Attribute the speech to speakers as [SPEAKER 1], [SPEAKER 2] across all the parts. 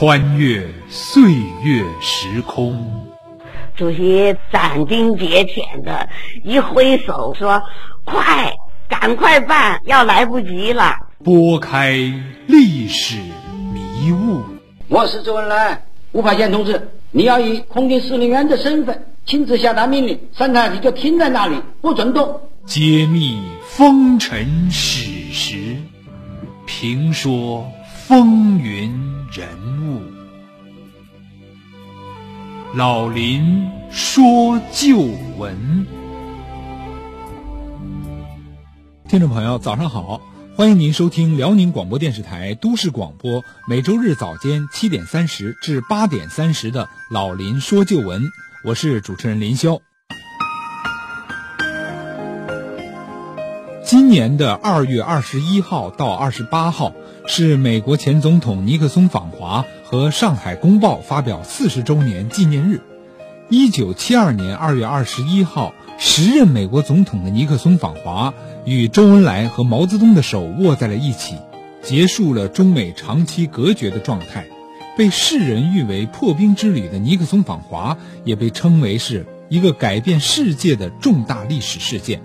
[SPEAKER 1] 穿越岁月时空。
[SPEAKER 2] 主席斩钉截铁的一挥手说：“快，赶快办，要来不及了。”
[SPEAKER 1] 拨开历史迷雾。
[SPEAKER 3] 我是周恩来，吴派遣同志，你要以空军司令员的身份亲自下达命令，3台机就停在那里，不准动。
[SPEAKER 1] 揭秘风尘史实，评说风云人物。老林说旧闻。听众朋友早上好，欢迎您收听辽宁广播电视台都市广播每周日早间7点30至8点30的老林说旧闻，我是主持人林霄。今年的2月21号到28号是美国前总统尼克松访华和上海公报发表40周年纪念日。1972年2月21号，时任美国总统的尼克松访华，与周恩来和毛泽东的手握在了一起，结束了中美长期隔绝的状态。被世人誉为破冰之旅的尼克松访华，也被称为是一个改变世界的重大历史事件。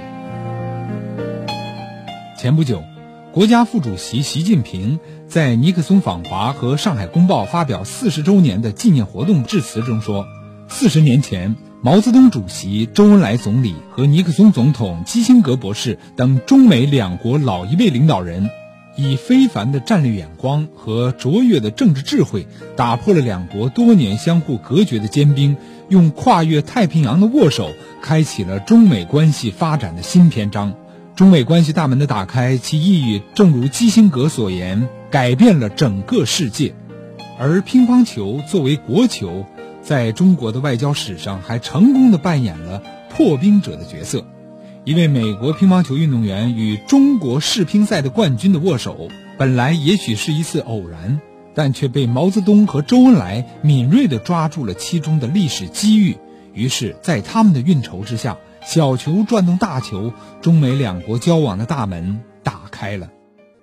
[SPEAKER 1] 前不久，国家副主席习近平在尼克松访华和上海公报发表40周年的纪念活动致辞中说，40年前，毛泽东主席、周恩来总理和尼克松总统、基辛格博士等中美两国老一辈领导人，以非凡的战略眼光和卓越的政治智慧，打破了两国多年相互隔绝的坚冰，用跨越太平洋的握手，开启了中美关系发展的新篇章。中美关系大门的打开，其意义正如基辛格所言，改变了整个世界。而乒乓球作为国球，在中国的外交史上还成功地扮演了破冰者的角色。一位美国乒乓球运动员与中国世乒赛的冠军的握手，本来也许是一次偶然，但却被毛泽东和周恩来敏锐地抓住了其中的历史机遇。于是在他们的运筹之下，小球转动大球，中美两国交往的大门打开了。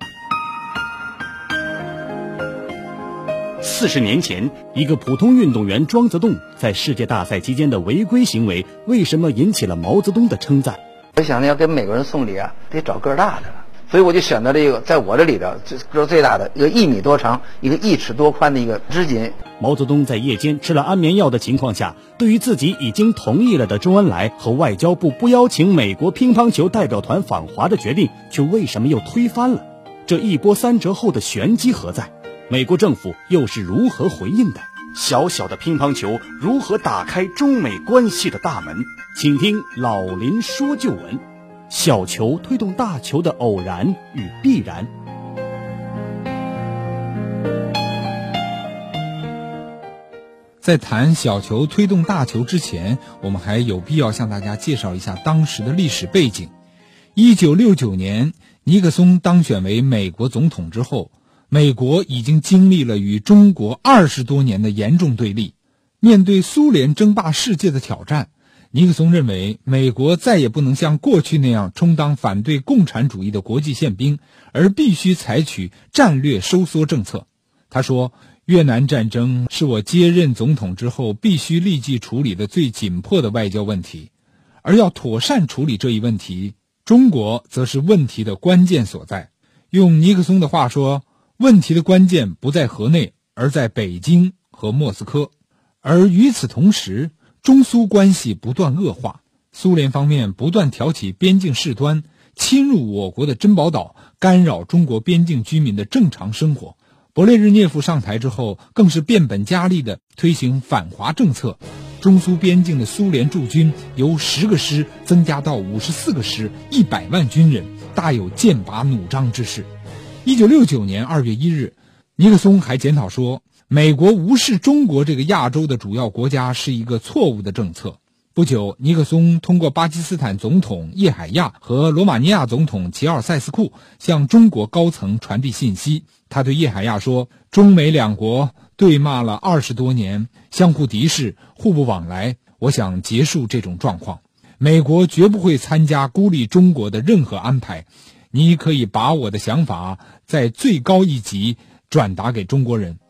[SPEAKER 4] 40年前，一个普通运动员庄则栋在世界大赛期间的违规行为，为什么引起了毛泽东的称赞？
[SPEAKER 3] 我想要跟美国人送礼啊，得找个儿大的，所以我就选择了一个在我这里的个儿最大的，一个1米多长、一个1尺多宽的一个织锦。
[SPEAKER 4] 毛泽东在夜间吃了安眠药的情况下，对于自己已经同意了的周恩来和外交部不邀请美国乒乓球代表团访华的决定，却为什么又推翻了？这一波三折后的玄机何在？美国政府又是如何回应的？小小的乒乓球如何打开中美关系的大门？请听老林说旧闻，小球推动大球的偶然与必然。
[SPEAKER 1] 在谈小球推动大球之前，我们还有必要向大家介绍一下当时的历史背景。1969年，尼克松当选为美国总统之后，美国已经经历了与中国20多年的严重对立。面对苏联争霸世界的挑战，尼克松认为美国再也不能像过去那样充当反对共产主义的国际宪兵，而必须采取战略收缩政策。他说，越南战争是我接任总统之后必须立即处理的最紧迫的外交问题，而要妥善处理这一问题，中国则是问题的关键所在。用尼克松的话说，问题的关键不在河内，而在北京和莫斯科。而与此同时，中苏关系不断恶化，苏联方面不断挑起边境事端，侵入我国的珍宝岛，干扰中国边境居民的正常生活。勃列日涅夫上台之后，更是变本加厉地推行反华政策，中苏边境的苏联驻军由10个师增加到54个师，100万军人，大有剑拔弩张之势。1969年2月1日，尼克松还检讨说，美国无视中国这个亚洲的主要国家是一个错误的政策。不久，尼克松通过巴基斯坦总统叶海亚和罗马尼亚总统齐奥塞斯库向中国高层传递信息。他对叶海亚说，中美两国对骂了20多年，相互敌视，互不往来，我想结束这种状况。美国绝不会参加孤立中国的任何安排，你可以把我的想法在最高一级转达给中国人。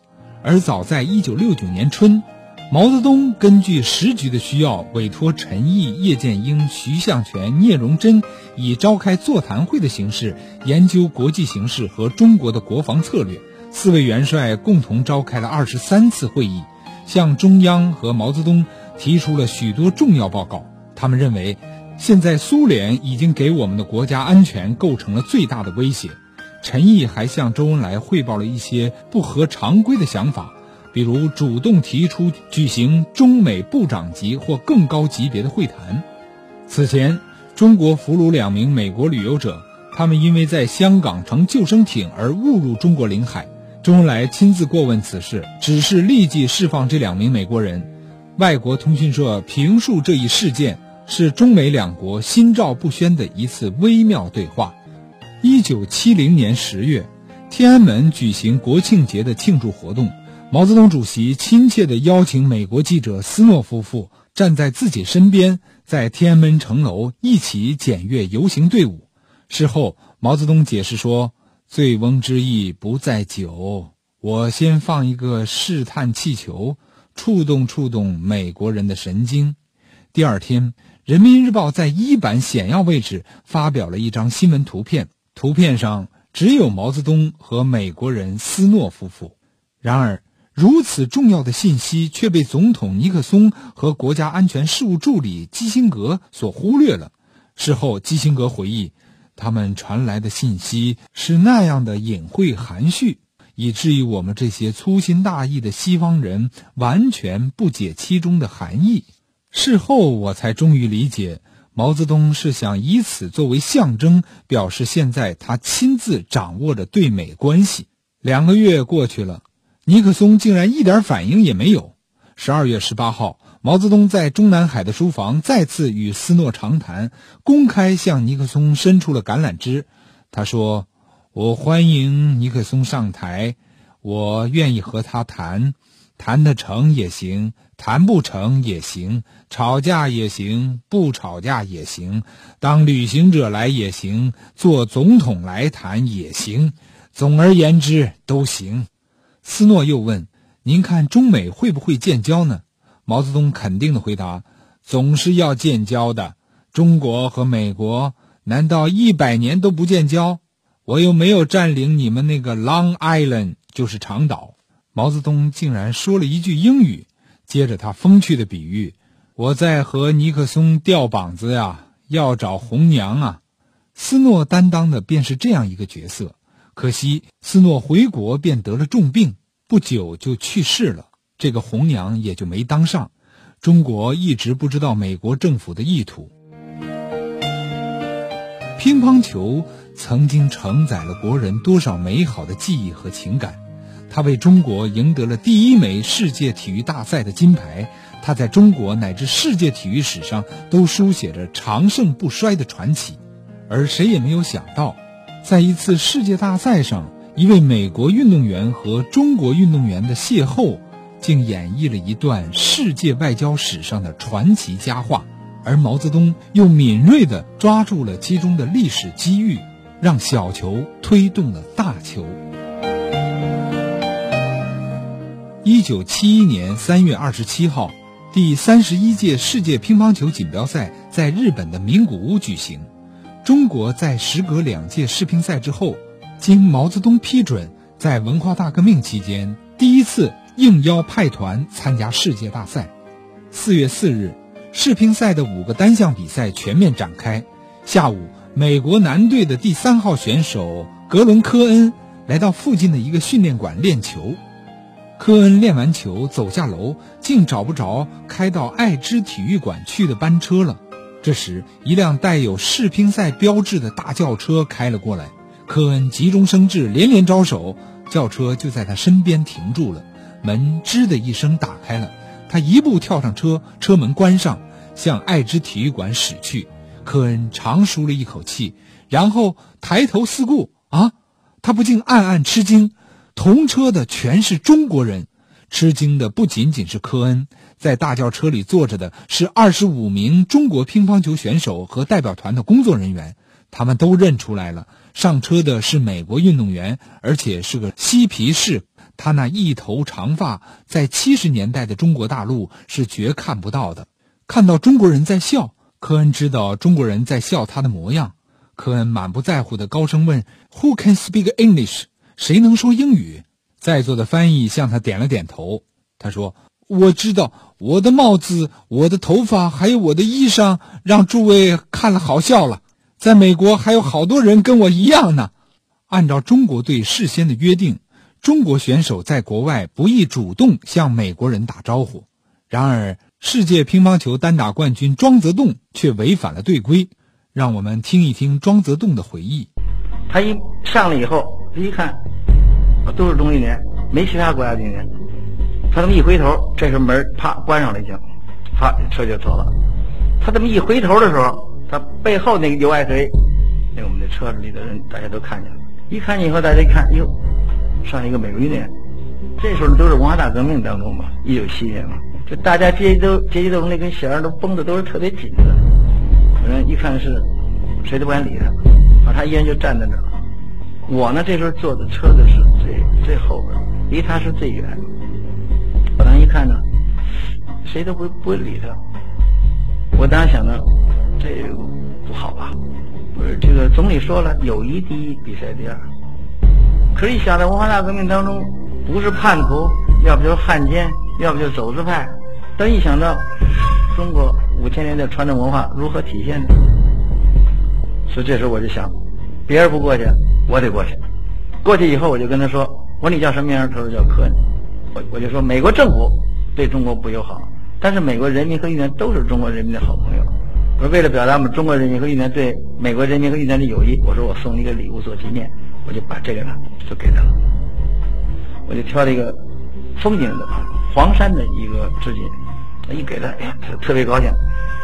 [SPEAKER 1] 而早在1969年春，毛泽东根据时局的需要，委托陈毅、叶剑英、徐向全、聂荣臻以召开座谈会的形式研究国际形势和中国的国防策略。4位元帅共同召开了23次会议，向中央和毛泽东提出了许多重要报告。他们认为，现在苏联已经给我们的国家安全构成了最大的威胁。陈毅还向周恩来汇报了一些不合常规的想法，比如主动提出举行中美部长级或更高级别的会谈。此前，中国俘虏2名美国旅游者，他们因为在香港乘救生艇而误入中国领海。周恩来亲自过问此事，指示立即释放这2名美国人。外国通讯社评述这一事件是中美两国心照不宣的一次微妙对话。1970年10月，天安门举行国庆节的庆祝活动，毛泽东主席亲切地邀请美国记者斯诺夫妇站在自己身边，在天安门城楼一起检阅游行队伍。事后，毛泽东解释说，醉翁之意不在酒，我先放一个试探气球，触动美国人的神经。第二天，人民日报在1版显要位置发表了一张新闻图片，图片上只有毛泽东和美国人斯诺夫妇。然而，如此重要的信息却被总统尼克松和国家安全事务助理基辛格所忽略了。事后，基辛格回忆，他们传来的信息是那样的隐晦含蓄，以至于我们这些粗心大意的西方人完全不解其中的含义。事后我才终于理解，毛泽东是想以此作为象征，表示现在他亲自掌握着对美关系。2个月过去了，尼克松竟然一点反应也没有。12月18号，毛泽东在中南海的书房再次与斯诺长谈，公开向尼克松伸出了橄榄枝。他说，我欢迎尼克松上台，我愿意和他谈，谈得成也行，谈不成也行，吵架也行，不吵架也行，当旅行者来也行，做总统来谈也行，总而言之都行。斯诺又问，您看中美会不会建交呢？毛泽东肯定地回答，总是要建交的，中国和美国难道100年都不建交？我又没有占领你们那个 Long Island， 就是长岛。毛泽东竟然说了一句英语，接着他风趣的比喻，我在和尼克松吊膀子呀，要找红娘啊。斯诺担当的便是这样一个角色，可惜斯诺回国便得了重病，不久就去世了，这个红娘也就没当上。中国一直不知道美国政府的意图。乒乓球曾经承载了国人多少美好的记忆和情感，它为中国赢得了第1枚世界体育大赛的金牌，它在中国乃至世界体育史上都书写着长盛不衰的传奇。而谁也没有想到，在一次世界大赛上，一位美国运动员和中国运动员的邂逅，竟演绎了一段世界外交史上的传奇佳话，而毛泽东又敏锐地抓住了其中的历史机遇，让小球推动了大球。1971年3月27号，第31届世界乒乓球锦标赛在日本的名古屋举行。中国在时隔2届世乒赛之后，经毛泽东批准，在文化大革命期间第一次应邀派团参加世界大赛。4月4日，世乒赛的5个单项比赛全面展开。下午，美国男队的第3号选手格伦·科恩来到附近的一个训练馆练球。科恩练完球走下楼，竟找不着开到爱知体育馆去的班车了。这时，一辆带有世乒赛标志的大轿车开了过来，科恩急中生智，连连招手，轿车就在他身边停住了，门吱的一声打开了，他一步跳上车，车门关上，向爱知体育馆驶去。科恩长舒了一口气，然后抬头四顾，他不禁暗暗吃惊，同车的全是中国人。吃惊的不仅仅是科恩，在大轿车里坐着的是25名中国乒乓球选手和代表团的工作人员，他们都认出来了，上车的是美国运动员，而且是个嬉皮士， 他那一头长发在70年代的中国大陆是绝看不到的。看到中国人在笑，科恩知道中国人在笑他的模样。科恩满不在乎地高声问 Who can speak English？ 谁能说英语？在座的翻译向他点了点头。他说，我知道，我的帽子、我的头发还有我的衣裳让诸位看了好笑了。在美国还有好多人跟我一样呢。按照中国队事先的约定，中国选手在国外不宜主动向美国人打招呼。然而世界乒乓球单打冠军庄则栋却违反了队规。让我们听一听庄则栋的回忆。
[SPEAKER 3] 他一上来以后，一看都是中国运动员，没其他国家运动员。他这么一回头，这时候门啪关上了已经，啪车就走了。他这么一回头的时候，他背后那个USA，那我们的车里的人大家都看见了。一看见以后，大家一看，哟，上一个美国运动员。这时候都是文化大革命当中嘛，1971年嘛，就大家阶级斗争那根弦儿都绷的都是特别紧的。有人一看是谁都不敢理他，他一人就站在那儿。我呢这时候坐的车的是最后边，离他是最远。我当时一看呢，谁都不会理他。我当时想呢，这不好吧？不是这个总理说了，友谊第一，比赛第二。可是一想在文化大革命当中，不是叛徒，要不就是汉奸，要不就是走资派。但一想到中国5000年的传统文化如何体现呢？所以这时候我就想，别人不过去，我得过去。过去以后，我就跟他说：“我说你叫什么名？”他说叫科恩。我就说，美国政府对中国不友好，但是美国人民和运动员都是中国人民的好朋友。我说为了表达我们中国人民和运动员对美国人民和运动员的友谊，我说我送你一个礼物做纪念，我就把这个呢就给他了。我就挑了一个风景的黄山的一个织锦，一给他，哎呀，他特别高兴，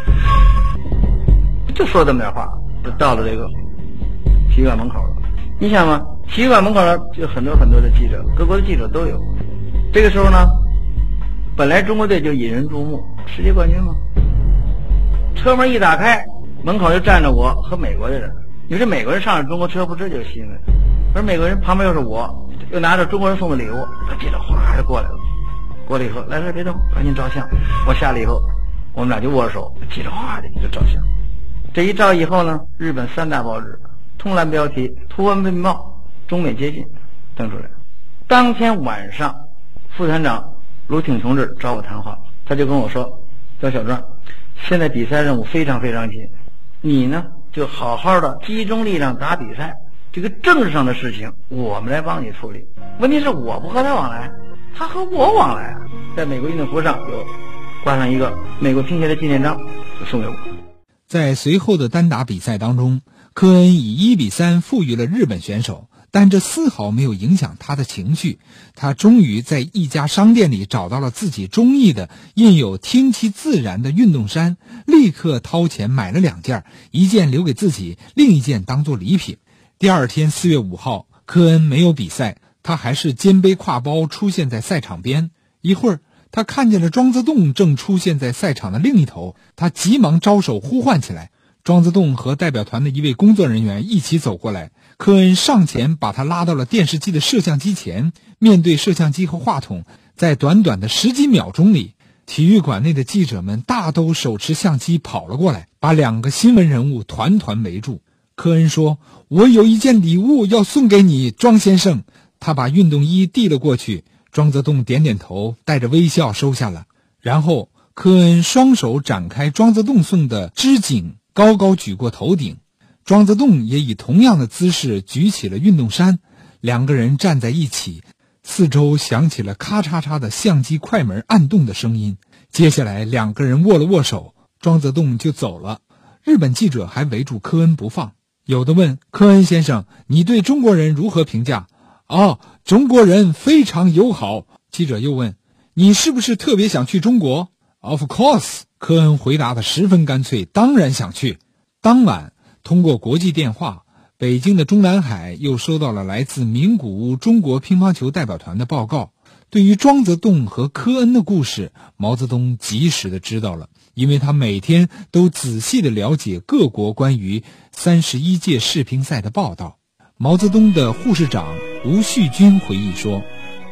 [SPEAKER 3] 就说这么点话，就到了这个体育馆门口了。你想嘛，体育馆门口呢就很多很多的记者，各国的记者都有。这个时候呢，本来中国队就引人注目，世界冠军嘛。车门一打开，门口就站着我和美国的人。你说美国人上了中国车，不这就是新闻？而美国人旁边又是我，又拿着中国人送的礼物，记者哗就过来了。过来以后，来别动，赶紧照相。我下来以后，我们俩就握手，记者哗就照相。这一照以后呢，日本3大报纸通栏标题，图文并茂，中美接近，登出来。当天晚上，副团长卢挺同志找我谈话，他就跟我说：“叫小庄，现在比赛任务非常非常紧，你呢就好好的集中力量打比赛，这个政治上的事情我们来帮你处理。问题是我不和他往来，他和我往来啊。”在美国运动服上有挂上一个美国乒协的纪念章，就送给我。
[SPEAKER 1] 在随后的单打比赛当中，科恩以1-3负于了日本选手，但这丝毫没有影响他的情绪。他终于在一家商店里找到了自己中意的印有听其自然的运动衫，立刻掏钱买了2件，一件留给自己，另一件当作礼品。第二天4月5号，科恩没有比赛，他还是肩背挎包出现在赛场边。一会儿，他看见了庄则栋正出现在赛场的另一头，他急忙招手呼唤起来。庄则栋和代表团的一位工作人员一起走过来，科恩上前把他拉到了电视机的摄像机前，面对摄像机和话筒，在短短的10几秒钟里，体育馆内的记者们大都手持相机跑了过来，把2个新闻人物团团围住。科恩说：“我有一件礼物要送给你，庄先生。”他把运动衣递了过去，庄则栋点点头，带着微笑收下了。然后科恩双手展开庄则栋送的织锦，高高举过头顶。庄则栋也以同样的姿势举起了运动衫。2个人站在一起，四周响起了咔嚓嚓的相机快门按动的声音。接下来2个人握了握手，庄则栋就走了。日本记者还围住科恩不放，有的问：“科恩先生，你对中国人如何评价？”“哦，中国人非常友好。”记者又问：“你是不是特别想去中国？” “Of course。”科恩回答得十分干脆，当然想去。当晚，通过国际电话，北京的中南海又收到了来自名古屋中国乒乓球代表团的报告。对于庄则栋和科恩的故事，毛泽东及时地知道了，因为他每天都仔细地了解各国关于31届世乒赛的报道。毛泽东的护士长吴旭军回忆说：“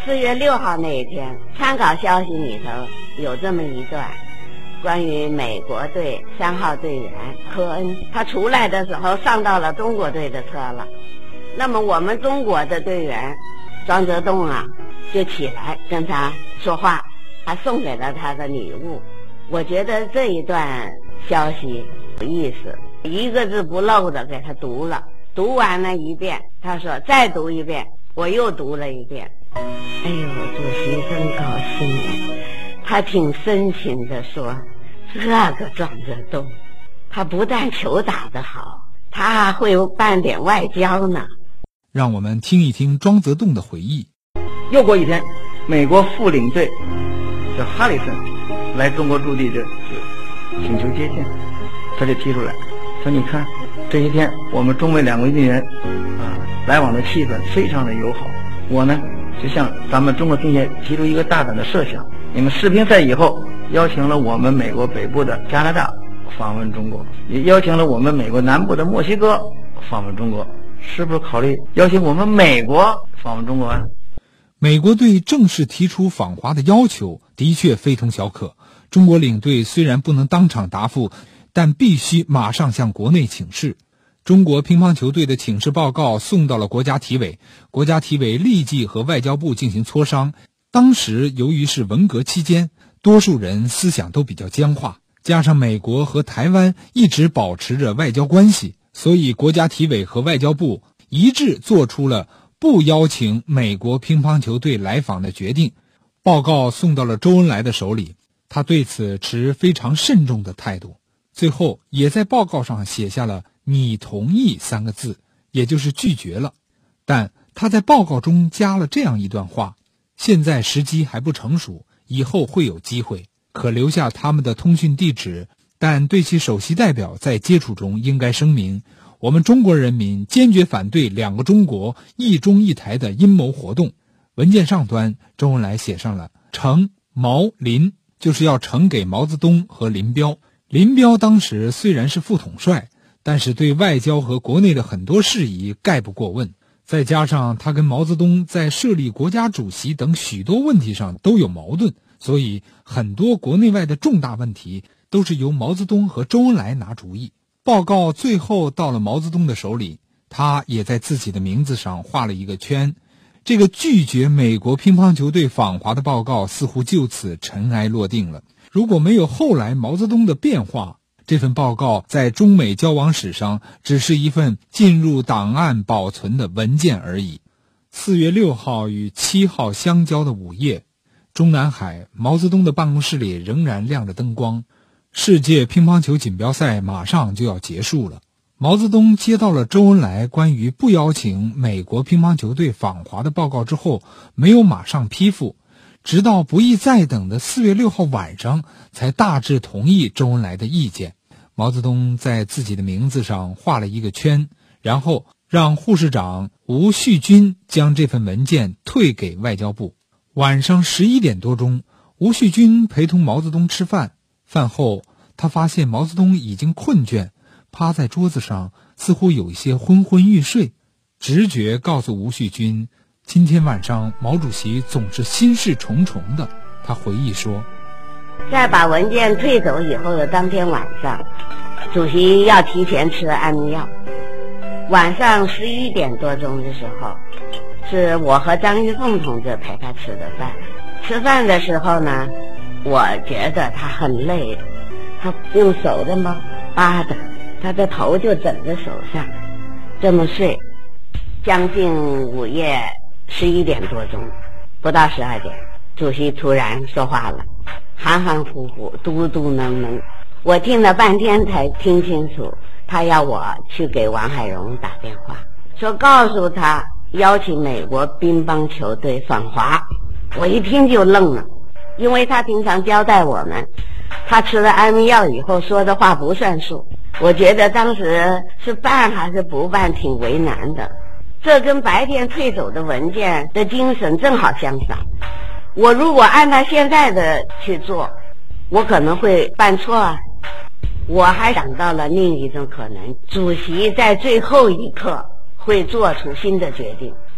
[SPEAKER 2] 4月6号那一天，参考消息里头有这么一段，关于美国队3号队员科恩，他出来的时候上到了中国队的车了。那么我们中国的队员庄则栋啊，就起来跟他说话，还送给了他的礼物。我觉得这一段消息有意思，一个字不漏的给他读了，读完了一遍，他说再读一遍，我又读了一遍。哎呦，主席真高兴，他挺深情地说，这个庄则栋，他不但球打得好，他还会办点外交呢。
[SPEAKER 1] 让我们听一听庄则栋的回忆。
[SPEAKER 3] 又过一天，美国副领队叫哈里森来中国驻地这请求接见，他就提出来说，你看这些天我们中美两国运动员来往的气氛非常的友好，我呢就向咱们中国乒协提出一个大胆的设想，你们世乒赛以后邀请了我们美国北部的加拿大访问中国，也邀请了我们美国南部的墨西哥访问中国，是不是考虑邀请我们美国访问中国啊？
[SPEAKER 1] 美国队正式提出访华的要求的确非同小可，中国领队虽然不能当场答复，但必须马上向国内请示。中国乒乓球队的请示报告送到了国家体委，国家体委立即和外交部进行磋商。当时由于是文革期间，多数人思想都比较僵化，加上美国和台湾一直保持着外交关系，所以国家体委和外交部一致做出了不邀请美国乒乓球队来访的决定。报告送到了周恩来的手里，他对此持非常慎重的态度，最后也在报告上写下了你同意3个字，也就是拒绝了。但他在报告中加了这样一段话，现在时机还不成熟，以后会有机会，可留下他们的通讯地址，但对其首席代表在接触中应该声明，我们中国人民坚决反对2个中国一中一台的阴谋活动。文件上端周恩来写上了呈毛林，就是要呈给毛泽东和林彪。林彪当时虽然是副统帅，但是对外交和国内的很多事宜概不过问，再加上他跟毛泽东在设立国家主席等许多问题上都有矛盾，所以很多国内外的重大问题都是由毛泽东和周恩来拿主意。报告最后到了毛泽东的手里，他也在自己的名字上画了一个圈。这个拒绝美国乒乓球队访华的报告似乎就此尘埃落定了。如果没有后来毛泽东的变化，这份报告在中美交往史上只是一份进入档案保存的文件而已。4月6号与7号相交的午夜，中南海毛泽东的办公室里仍然亮着灯光，世界乒乓球锦标赛马上就要结束了。毛泽东接到了周恩来关于不邀请美国乒乓球队访华的报告之后，没有马上批复，直到不易再等的4月6号晚上才大致同意周恩来的意见。毛泽东在自己的名字上画了一个圈，然后让护士长吴旭军将这份文件退给外交部。晚上11点多钟，吴旭军陪同毛泽东吃饭，饭后他发现毛泽东已经困倦，趴在桌子上似乎有一些昏昏欲睡。直觉告诉吴旭军，今天晚上毛主席总是心事重重的。他回忆说，
[SPEAKER 2] 在把文件退走以后的当天晚上，主席要提前吃安眠药。晚上11点多钟的时候，是我和张玉凤同志陪他吃的饭。吃饭的时候呢，我觉得他很累，他用手这么扒的，他的头就枕在手上，这么睡，将近午夜11点多钟，不到12点，主席突然说话了，含含糊糊，嘟嘟囔囔，我听了半天才听清楚，他要我去给王海荣打电话，说告诉他邀请美国乒乓球队访华。我一听就愣了，因为他平常交代我们，他吃了安眠药以后说的话不算数。我觉得当时是办还是不办挺为难的，这跟白天退走的文件的精神正好相反。我如果按他现在的去做，我可能会办错啊。我还想到了另一种可能，主席在最后一刻会做出新的决定。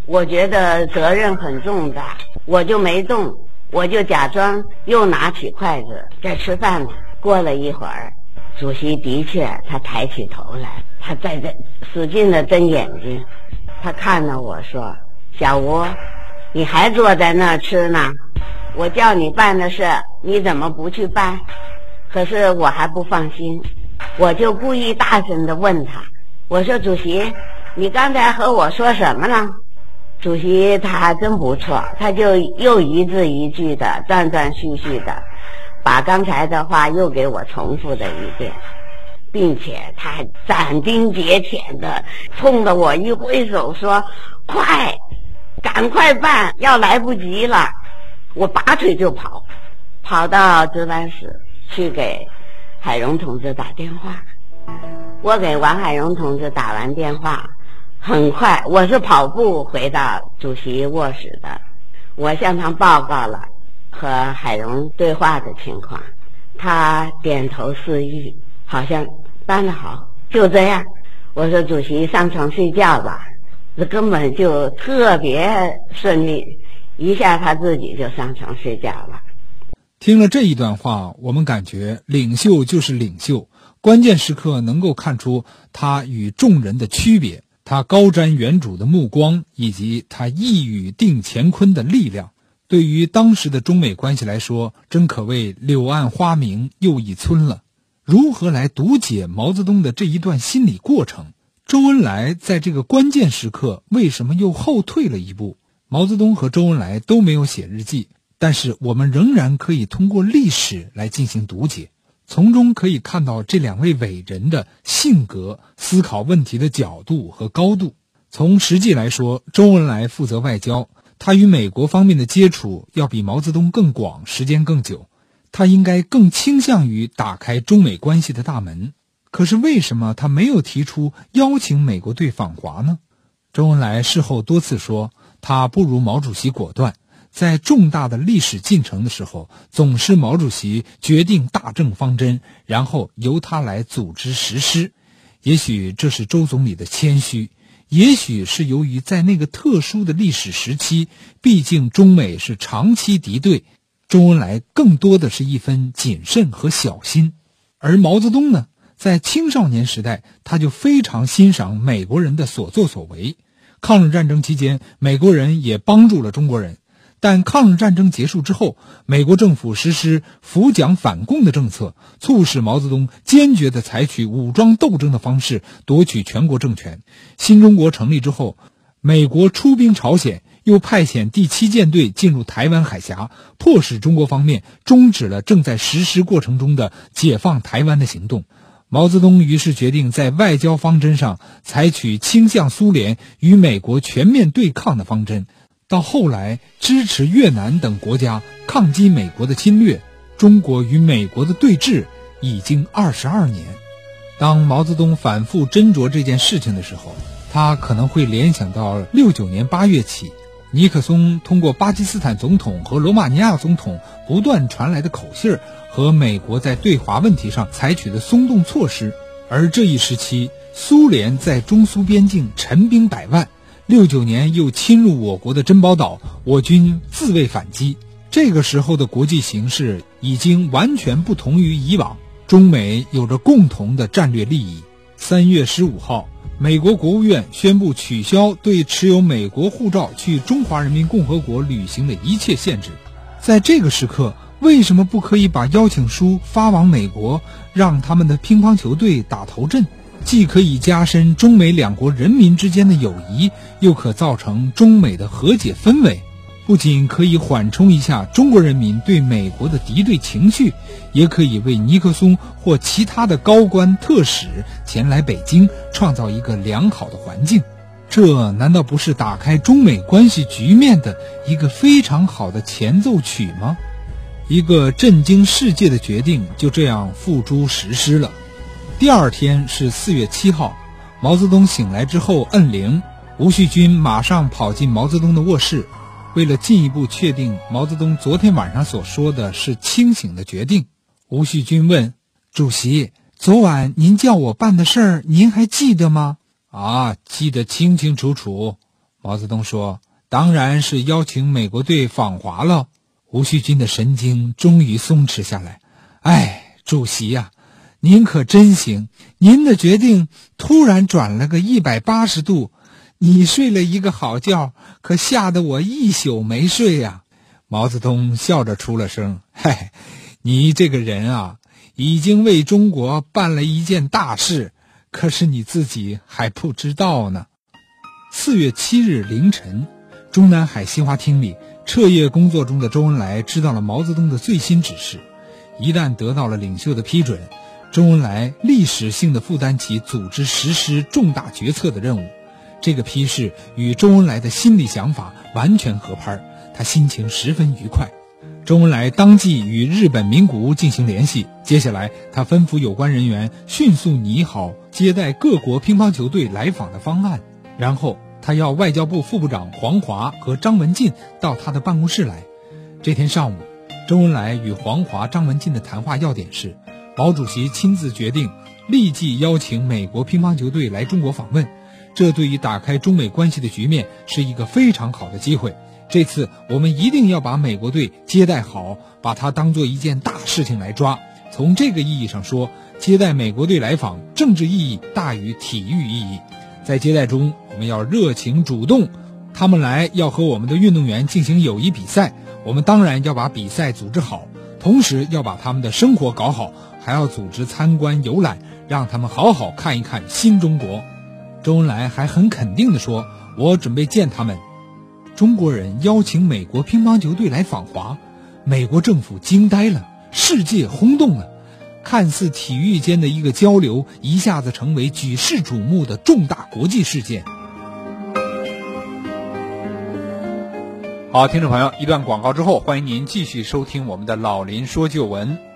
[SPEAKER 2] 我觉得责任很重大，我就没动，我就假装又拿起筷子在吃饭呢。过了一会儿，主席的确他抬起头来，他在这使劲地睁眼睛，他看着我说：“小吴，你还坐在那儿吃呢？我叫你办的事，你怎么不去办？”可是我还不放心，我就故意大声地问他，我说：“主席，你刚才和我说什么了？”主席他还真不错，他就又一字一句的断断续续的把刚才的话又给我重复了一遍，并且他斩钉截铁的冲着我一挥手说：“快，赶快办，要来不及了。”我拔腿就跑到值班室去给海荣同志打电话。我给王海荣同志打完电话，很快我是跑步回到主席卧室的，我向他报告了和海荣对话的情况，他点头示意，好像办得好。就这样，我说：“主席上床睡觉吧。”这根本就特别顺利，一下他自己就上床睡觉了。
[SPEAKER 1] 听了这一段话，我们感觉领袖就是领袖，关键时刻能够看出他与众人的区别，他高瞻远瞩的目光，以及他一语定乾坤的力量。对于当时的中美关系来说，真可谓柳暗花明又一村了。如何来读解毛泽东的这一段心理过程？周恩来在这个关键时刻为什么又后退了一步？毛泽东和周恩来都没有写日记，但是我们仍然可以通过历史来进行读解，从中可以看到这两位伟人的性格、思考问题的角度和高度。从实际来说，周恩来负责外交，他与美国方面的接触要比毛泽东更广，时间更久，他应该更倾向于打开中美关系的大门。可是为什么他没有提出邀请美国队访华呢？周恩来事后多次说，他不如毛主席果断，在重大的历史进程的时候，总是毛主席决定大政方针，然后由他来组织实施。也许这是周总理的谦虚，也许是由于在那个特殊的历史时期，毕竟中美是长期敌对，周恩来更多的是一分谨慎和小心。而毛泽东呢，在青少年时代，他就非常欣赏美国人的所作所为。抗日战争期间，美国人也帮助了中国人，但抗日战争结束之后，美国政府实施扶蒋反共的政策，促使毛泽东坚决地采取武装斗争的方式夺取全国政权。新中国成立之后，美国出兵朝鲜，又派遣第7舰队进入台湾海峡，迫使中国方面终止了正在实施过程中的解放台湾的行动。毛泽东于是决定在外交方针上采取倾向苏联与美国全面对抗的方针，到后来支持越南等国家抗击美国的侵略。中国与美国的对峙已经22年。当毛泽东反复斟酌这件事情的时候，他可能会联想到69年8月起，尼克松通过巴基斯坦总统和罗马尼亚总统不断传来的口信和美国在对华问题上采取的松动措施。而这一时期，苏联在中苏边境陈兵100万，69年又侵入我国的珍宝岛，我军自卫反击。这个时候的国际形势已经完全不同于以往，中美有着共同的战略利益。3月15号，美国国务院宣布取消对持有美国护照去中华人民共和国旅行的一切限制。在这个时刻，为什么不可以把邀请书发往美国，让他们的乒乓球队打头阵？既可以加深中美两国人民之间的友谊，又可造成中美的和解氛围，不仅可以缓冲一下中国人民对美国的敌对情绪，也可以为尼克松或其他的高官特使前来北京创造一个良好的环境。这难道不是打开中美关系局面的一个非常好的前奏曲吗？一个震惊世界的决定就这样付诸实施了。第二天是4月7号，毛泽东醒来之后摁铃，吴旭军马上跑进毛泽东的卧室，为了进一步确定毛泽东昨天晚上所说的是清醒的决定，吴旭军问：“主席，昨晚您叫我办的事儿，您还记得吗？”“啊，记得清清楚楚。” 毛泽东说，当然是邀请美国队访华了。吴旭军的神经终于松弛下来。主席呀，您可真行，您的决定突然转了个180度，你睡了一个好觉，可吓得我一宿没睡呀。毛泽东笑着出了声，你这个人啊，已经为中国办了一件大事，可是你自己还不知道呢。4月7日凌晨，中南海新华厅里彻夜工作中的周恩来知道了毛泽东的最新指示。一旦得到了领袖的批准，周恩来历史性的负担起组织实施重大决策的任务。这个批示与周恩来的心理想法完全合拍，他心情十分愉快。周恩来当即与日本名古屋进行联系，接下来他吩咐有关人员迅速拟好接待各国乒乓球队来访的方案，然后他要外交部副部长黄华和张文进到他的办公室来。这天上午，周恩来与黄华、张文进的谈话要点是，毛主席亲自决定立即邀请美国乒乓球队来中国访问，这对于打开中美关系的局面是一个非常好的机会。这次我们一定要把美国队接待好，把它当作一件大事情来抓。从这个意义上说，接待美国队来访政治意义大于体育意义。在接待中，我们要热情主动，他们来要和我们的运动员进行友谊比赛，我们当然要把比赛组织好，同时要把他们的生活搞好，还要组织参观游览，让他们好好看一看新中国。周恩来还很肯定地说，我准备见他们。中国人邀请美国乒乓球队来访华，美国政府惊呆了，世界轰动了。看似体育间的一个交流，一下子成为举世瞩目的重大国际事件。好，听众朋友，一段广告之后，欢迎您继续收听我们的老林说旧闻。